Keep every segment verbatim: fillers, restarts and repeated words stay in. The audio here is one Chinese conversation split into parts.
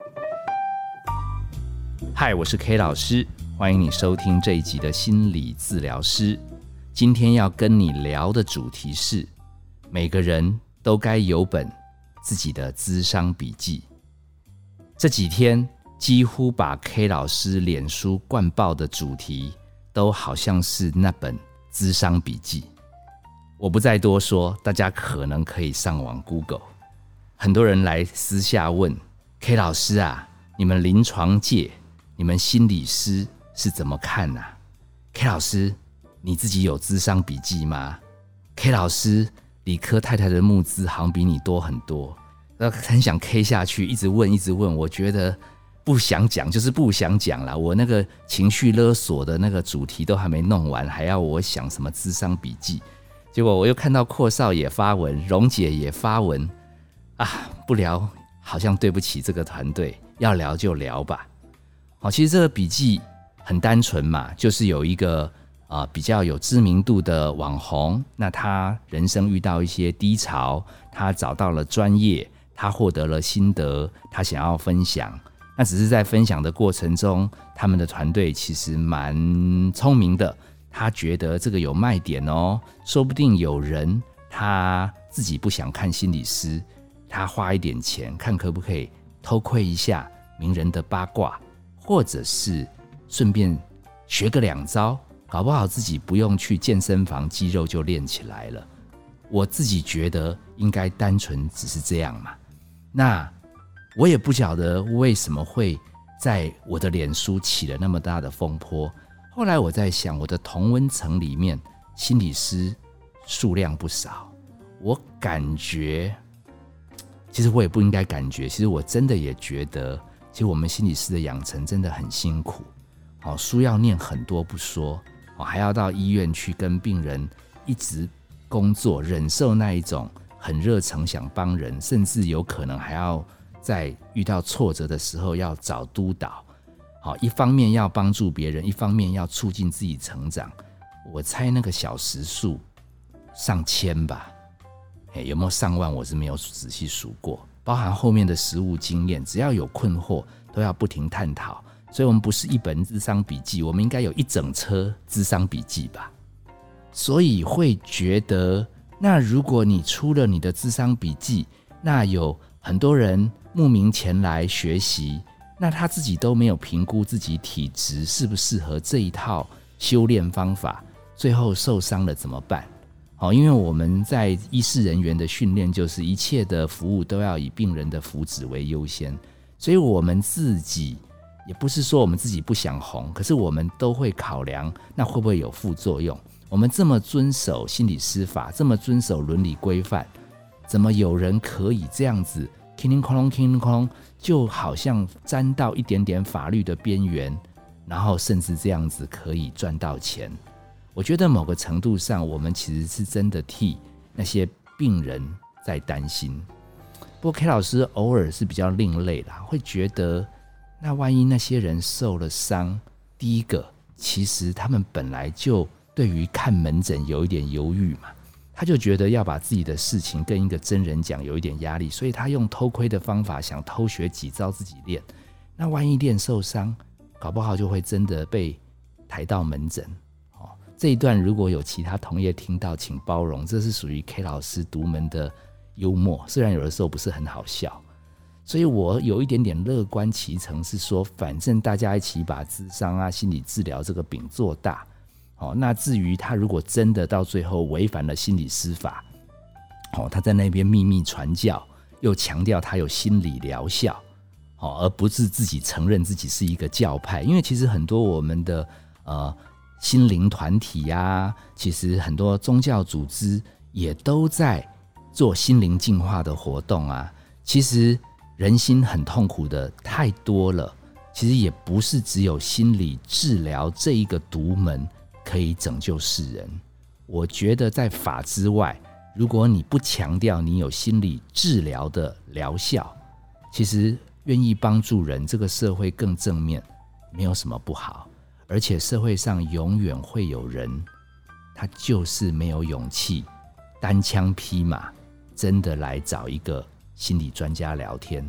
嗨，我是 K 老师，欢迎你收听这一集的心理治疗师。今天要跟你聊的主题是，每个人都该有本自己的諮商笔记。这几天几乎把 K 老师脸书灌爆的主题，都好像是那本諮商笔记。我不再多说，大家可能可以上网 Google。很多人来私下问 K 老师啊，你们临床界，你们心理师是怎么看啊？ K 老师，你自己有諮商笔记吗？ K 老师，理科太太的募资好像比你多很多，很想 K 下去，一直问一直问，我觉得不想讲就是不想讲啦。我那个情绪勒索的那个主题都还没弄完，还要我想什么諮商笔记？结果我又看到阔少也发文，蓉姐也发文啊，不聊好像对不起这个团队，要聊就聊吧。好，其实这个笔记很单纯嘛，就是有一个、呃、比较有知名度的网红，那他人生遇到一些低潮，他找到了专业，他获得了心得，他想要分享。那只是在分享的过程中，他们的团队其实蛮聪明的，他觉得这个有卖点哦，说不定有人他自己不想看心理师，他花一点钱看可不可以偷窥一下名人的八卦，或者是顺便学个两招，搞不好自己不用去健身房，肌肉就练起来了。我自己觉得应该单纯只是这样嘛。那我也不晓得为什么会在我的脸书起了那么大的风波。后来我在想，我的同温层里面心理师数量不少，我感觉，其实我也不应该感觉，其实我真的也觉得，其实我们心理师的养成真的很辛苦。好，书要念很多不说，还要到医院去跟病人一直工作，忍受那一种很热诚想帮人，甚至有可能还要在遇到挫折的时候要找督导。好，一方面要帮助别人，一方面要促进自己成长。我猜那个小时数上千吧，有没有上万我是没有仔细数过，包含后面的实务经验，只要有困惑都要不停探讨。所以我们不是一本諮商笔记，我们应该有一整车諮商笔记吧。所以会觉得，那如果你出了你的諮商笔记，那有很多人慕名前来学习，那他自己都没有评估自己体质适不适合这一套修炼方法，最后受伤了怎么办？好，因为我们在医事人员的训练就是一切的服务都要以病人的福祉为优先，所以我们自己也不是说我们自己不想红，可是我们都会考量那会不会有副作用。我们这么遵守心理师法，这么遵守伦理规范，怎么有人可以这样子叮铃哐啷叮铃哐啷，就好像沾到一点点法律的边缘，然后甚至这样子可以赚到钱。我觉得某个程度上，我们其实是真的替那些病人在担心。不过 K 老师偶尔是比较另类啦，会觉得那万一那些人受了伤，第一个其实他们本来就对于看门诊有一点犹豫嘛，他就觉得要把自己的事情跟一个真人讲有一点压力，所以他用偷窥的方法想偷学几招自己练。那万一练受伤，搞不好就会真的被抬到门诊。哦，这一段如果有其他同业听到，请包容，这是属于 K 老师独门的幽默，虽然有的时候不是很好笑。所以我有一点点乐观其成，是说反正大家一起把諮商啊、心理治疗这个饼做大。哦，那至于他如果真的到最后违反了心理师法，哦，他在那边秘密传教，又强调他有心理疗效，哦，而不是自己承认自己是一个教派。因为其实很多我们的呃心灵团体啊，其实很多宗教组织也都在做心灵净化的活动啊。其实人心很痛苦的太多了，其实也不是只有心理治疗这一个独门可以拯救世人。我觉得在法之外，如果你不强调你有心理治疗的疗效，其实愿意帮助人，这个社会更正面，没有什么不好。而且社会上永远会有人，他就是没有勇气单枪匹马真的来找一个心理专家聊天。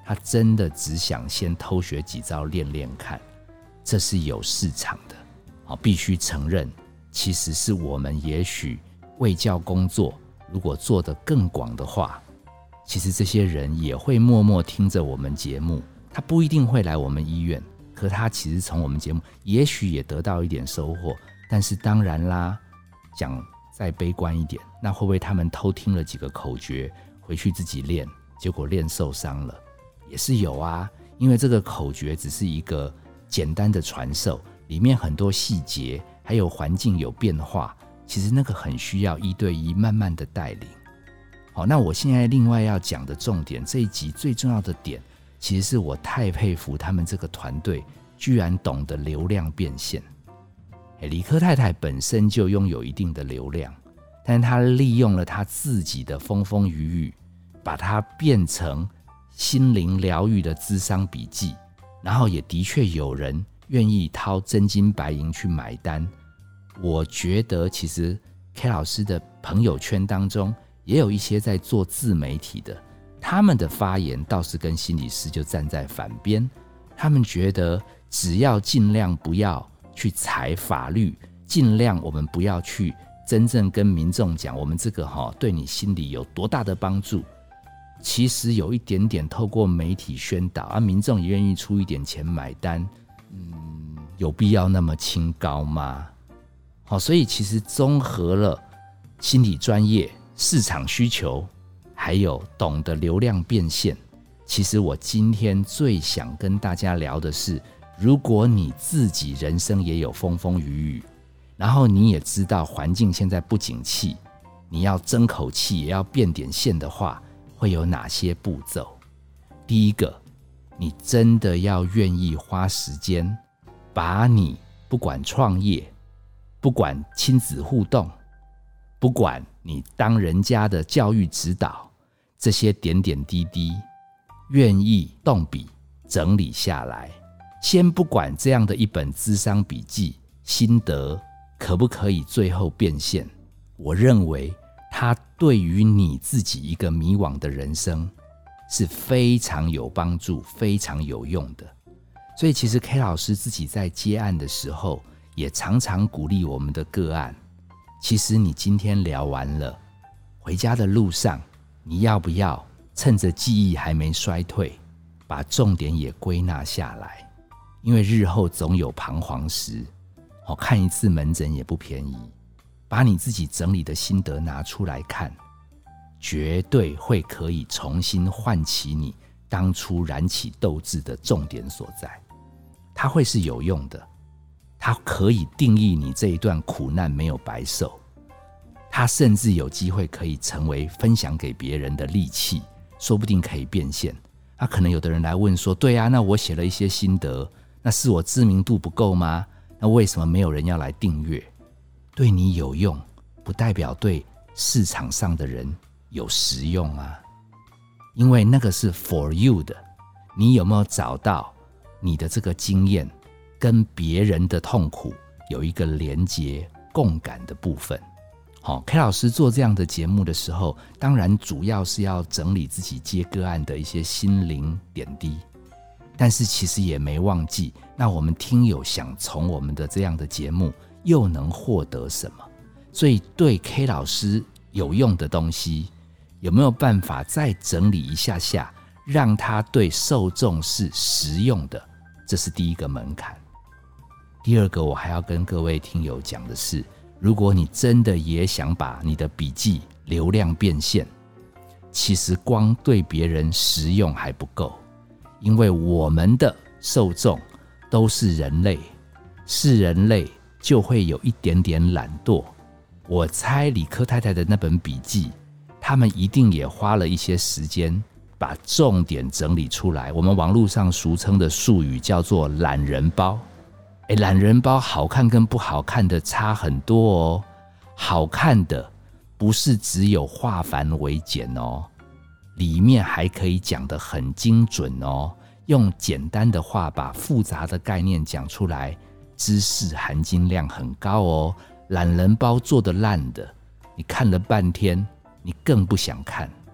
他真的只想先偷学几招练练看，这是有市场的。好，必须承认，其实是我们也许卫教工作如果做得更广的话，其实这些人也会默默听着我们节目，他不一定会来我们医院，可他其实从我们节目也许也得到一点收获。但是当然啦，讲再悲观一点，那会不会他们偷听了几个口诀回去自己练，结果练受伤了？也是有啊，因为这个口诀只是一个简单的传授，里面很多细节还有环境有变化，其实那个很需要一对一慢慢的带领。好，那我现在另外要讲的重点，这一集最重要的点，其实是我太佩服他们这个团队居然懂得流量变现。理科太太本身就拥有一定的流量，但是她利用了她自己的风风雨雨，把它变成心灵疗愈的諮商笔记，然后也的确有人愿意掏真金白银去买单。我觉得其实 K 老师的朋友圈当中也有一些在做自媒体的，他们的发言倒是跟心理师就站在反边，他们觉得只要尽量不要去踩法律，尽量我们不要去真正跟民众讲我们这个、哦、对你心理有多大的帮助，其实有一点点透过媒体宣导啊，民众也愿意出一点钱买单，嗯，有必要那么清高吗？好，所以其实综合了心理专业、市场需求，还有懂得流量变现，其实我今天最想跟大家聊的是，如果你自己人生也有风风雨雨，然后你也知道环境现在不景气，你要争口气也要变点现的话，会有哪些步骤？第一个，你真的要愿意花时间，把你不管创业，不管亲子互动，不管你当人家的教育指导，这些点点滴滴，愿意动笔整理下来。先不管这样的一本諮商笔记心得可不可以最后变现，我认为它对于你自己一个迷惘的人生是非常有帮助、非常有用的。所以其实 K 老师自己在接案的时候，也常常鼓励我们的个案，其实你今天聊完了，回家的路上，你要不要趁着记忆还没衰退，把重点也归纳下来？因为日后总有彷徨时，哦，看一次门诊也不便宜，把你自己整理的心得拿出来看，绝对会可以重新唤起你当初燃起斗志的重点所在。它会是有用的，它可以定义你这一段苦难没有白受，它甚至有机会可以成为分享给别人的利器，说不定可以变现。那可能有的人来问说，对啊，那我写了一些心得，那是我知名度不够吗？那为什么没有人要来订阅？对你有用，不代表对市场上的人有实用啊。因为那个是 for you 的，你有没有找到你的这个经验跟别人的痛苦有一个连结共感的部分？好 ，K 老师做这样的节目的时候，当然主要是要整理自己接个案的一些心灵点滴，但是其实也没忘记，那我们听友想从我们的这样的节目又能获得什么？所以对 K 老师有用的东西，有没有办法再整理一下下，让它对受众是实用的？这是第一个门槛。第二个，我还要跟各位听友讲的是，如果你真的也想把你的笔记流量变现，其实光对别人实用还不够，因为我们的受众都是人类，是人类就会有一点点懒惰。我猜理科太太的那本笔记，他们一定也花了一些时间把重点整理出来，我们网络上俗称的术语叫做懒人包。诶，懒人包好看跟不好看的差很多哦。好看的不是只有化繁为简哦，里面还可以讲得很精准哦，用简单的话把复杂的概念讲出来，知识含金量很高哦。懒人包做得烂的，你看了半天，你更不想看。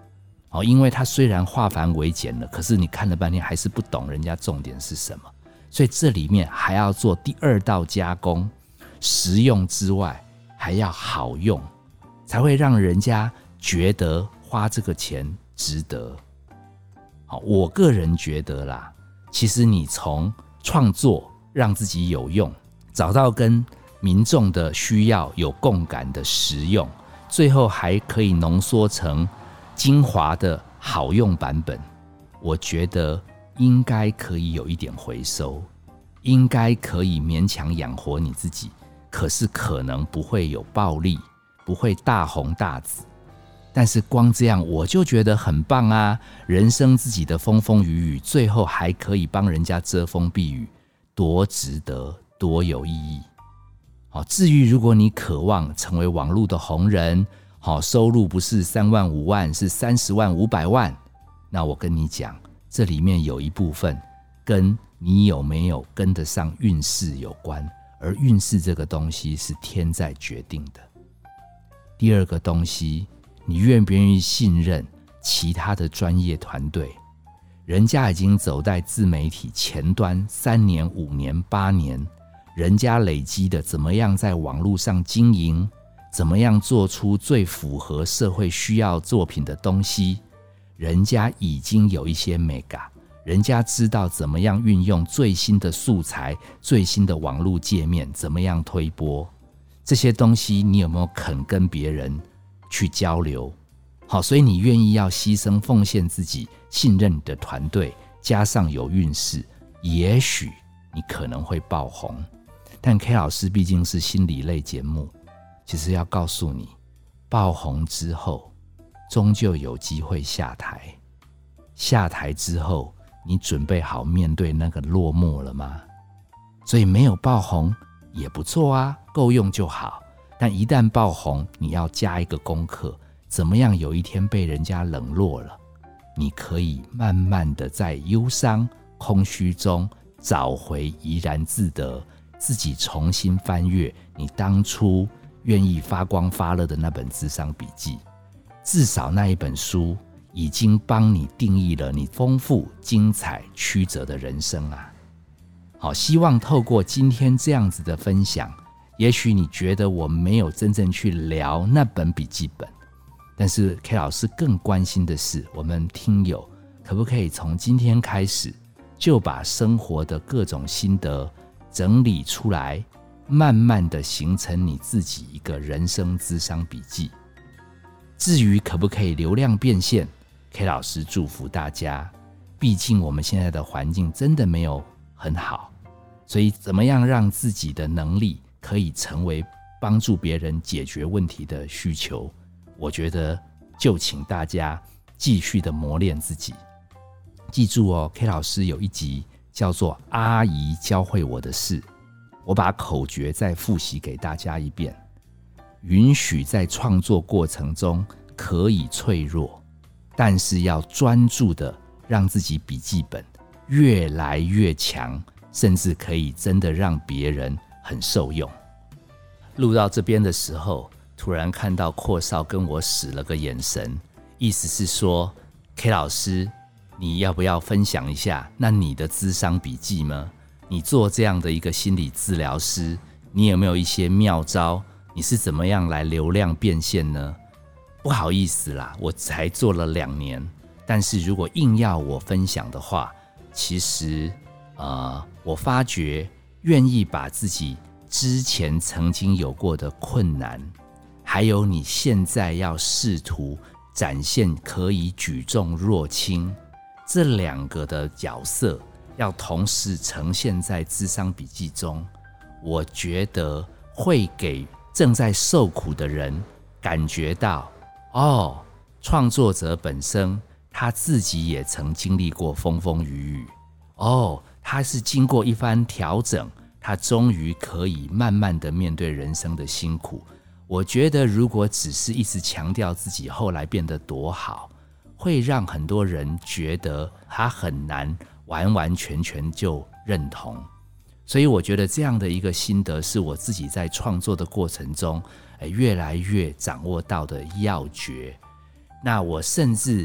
哦，因为它虽然化繁为简了，可是你看了半天还是不懂人家重点是什么，所以这里面还要做第二道加工，实用之外还要好用，才会让人家觉得花这个钱值得。好，我个人觉得啦，其实你从创作让自己有用，找到跟民众的需要有共感的实用，最后还可以浓缩成精华的好用版本，我觉得应该可以有一点回收，应该可以勉强养活你自己，可是可能不会有暴利，不会大红大紫，但是光这样我就觉得很棒啊！人生自己的风风雨雨，最后还可以帮人家遮风避雨，多值得，多有意义。好，至于如果你渴望成为网络的红人，好，收入不是三万五万，是三十万五百万，那我跟你讲，这里面有一部分跟你有没有跟得上运势有关，而运势这个东西是天在决定的。第二个东西，你愿不愿意信任其他的专业团队？人家已经走在自媒体前端三年、五年、八年，人家累积的怎么样在网络上经营，怎么样做出最符合社会需要作品的东西，人家已经有一些 mega， 人家知道怎么样运用最新的素材、最新的网络界面，怎么样推播，这些东西你有没有肯跟别人去交流？好，所以你愿意要牺牲奉献自己，信任你的团队，加上有运势，也许你可能会爆红。但 K 老师毕竟是心理类节目，其实要告诉你，爆红之后终究有机会下台，下台之后你准备好面对那个落寞了吗？所以没有爆红也不错啊，够用就好。但一旦爆红，你要加一个功课，怎么样有一天被人家冷落了，你可以慢慢的在忧伤空虚中找回怡然自得，自己重新翻阅你当初愿意发光发热的那本諮商笔记，至少那一本书已经帮你定义了你丰富精彩曲折的人生啊。好，希望透过今天这样子的分享，也许你觉得我没有真正去聊那本笔记本，但是 K 老师更关心的是，我们听友可不可以从今天开始就把生活的各种心得整理出来，慢慢的形成你自己一个人生諮商笔记。至于可不可以流量变现， K 老师祝福大家，毕竟我们现在的环境真的没有很好，所以怎么样让自己的能力可以成为帮助别人解决问题的需求，我觉得就请大家继续的磨练自己。记住哦， K 老师有一集叫做阿姨教会我的事，我把口诀再复习给大家一遍。允许在创作过程中可以脆弱，但是要专注的让自己笔记本越来越强，甚至可以真的让别人很受用。录到这边的时候，突然看到阔少跟我使了个眼神，意思是说 K 老师，你要不要分享一下那你的諮商笔记吗？你做这样的一个心理治疗师，你有没有一些妙招？你是怎么样来流量变现呢？不好意思啦，我才做了两年，但是如果硬要我分享的话，其实呃，我发觉愿意把自己之前曾经有过的困难，还有你现在要试图展现可以举重若轻这两个的角色，要同时呈现在諮商笔记中，我觉得会给正在受苦的人感觉到，哦，创作者本身他自己也曾经历过风风雨雨，哦，他是经过一番调整，他终于可以慢慢的面对人生的辛苦。我觉得如果只是一直强调自己后来变得多好，会让很多人觉得他很难完完全全就认同。所以我觉得这样的一个心得是我自己在创作的过程中越来越掌握到的要诀。那我甚至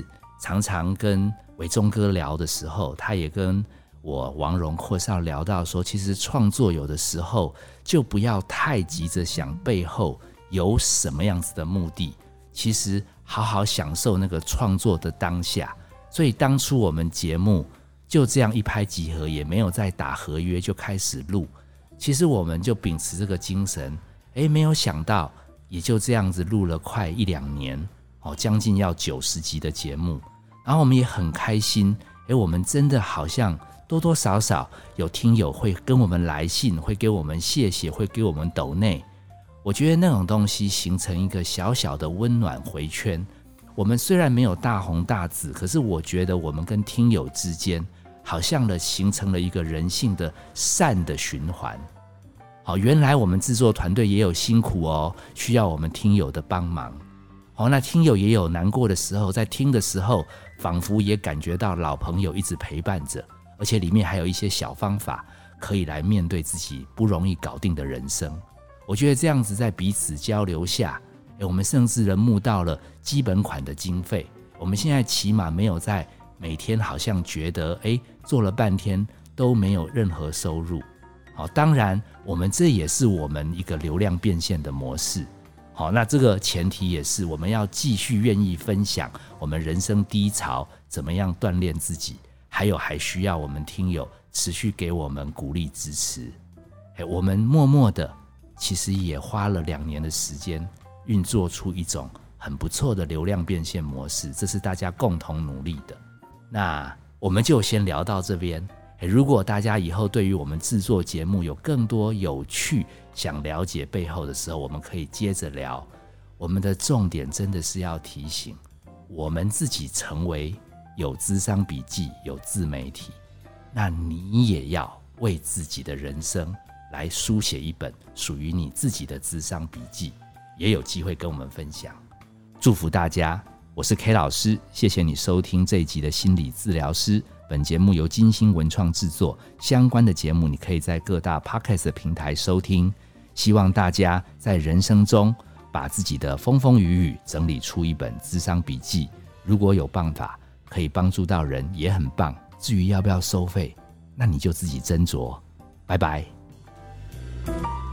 常常跟伟忠哥聊的时候，他也跟我王荣阔少聊到说，其实创作有的时候就不要太急着想背后有什么样子的目的，其实好好享受那个创作的当下。所以当初我们节目就这样一拍即合，也没有再打合约就开始录，其实我们就秉持这个精神，诶，没有想到也就这样子录了快一两年，哦，将近要九十集的节目，然后我们也很开心，诶，我们真的好像多多少少有听友会跟我们来信，会给我们谢谢，会给我们抖内。我觉得那种东西形成一个小小的温暖回圈。我们虽然没有大红大紫，可是我觉得我们跟听友之间好像了形成了一个人性的善的循环。好，原来我们制作团队也有辛苦哦，需要我们听友的帮忙。好，那听友也有难过的时候，在听的时候仿佛也感觉到老朋友一直陪伴着，而且里面还有一些小方法可以来面对自己不容易搞定的人生。我觉得这样子在彼此交流下，我们甚至人募到了基本款的经费，我们现在起码没有在每天好像觉得诶做了半天都没有任何收入。好，当然我们这也是我们一个流量变现的模式。好，那这个前提也是我们要继续愿意分享我们人生低潮怎么样锻炼自己，还有还需要我们听友持续给我们鼓励支持。我们默默的其实也花了两年的时间运作出一种很不错的流量变现模式，这是大家共同努力的。那我们就先聊到这边。如果大家以后对于我们制作节目有更多有趣想了解背后的时候，我们可以接着聊。我们的重点真的是要提醒我们自己成为有諮商笔记有自媒体，那你也要为自己的人生来书写一本属于你自己的諮商笔记，也有机会跟我们分享。祝福大家，我是 K 老师，谢谢你收听这一集的心理治疗师。本节目由金星文创制作，相关的节目你可以在各大 Podcast 的平台收听。希望大家在人生中把自己的风风雨雨整理出一本諮商笔记，如果有办法可以帮助到人也很棒，至于要不要收费，那你就自己斟酌。拜拜。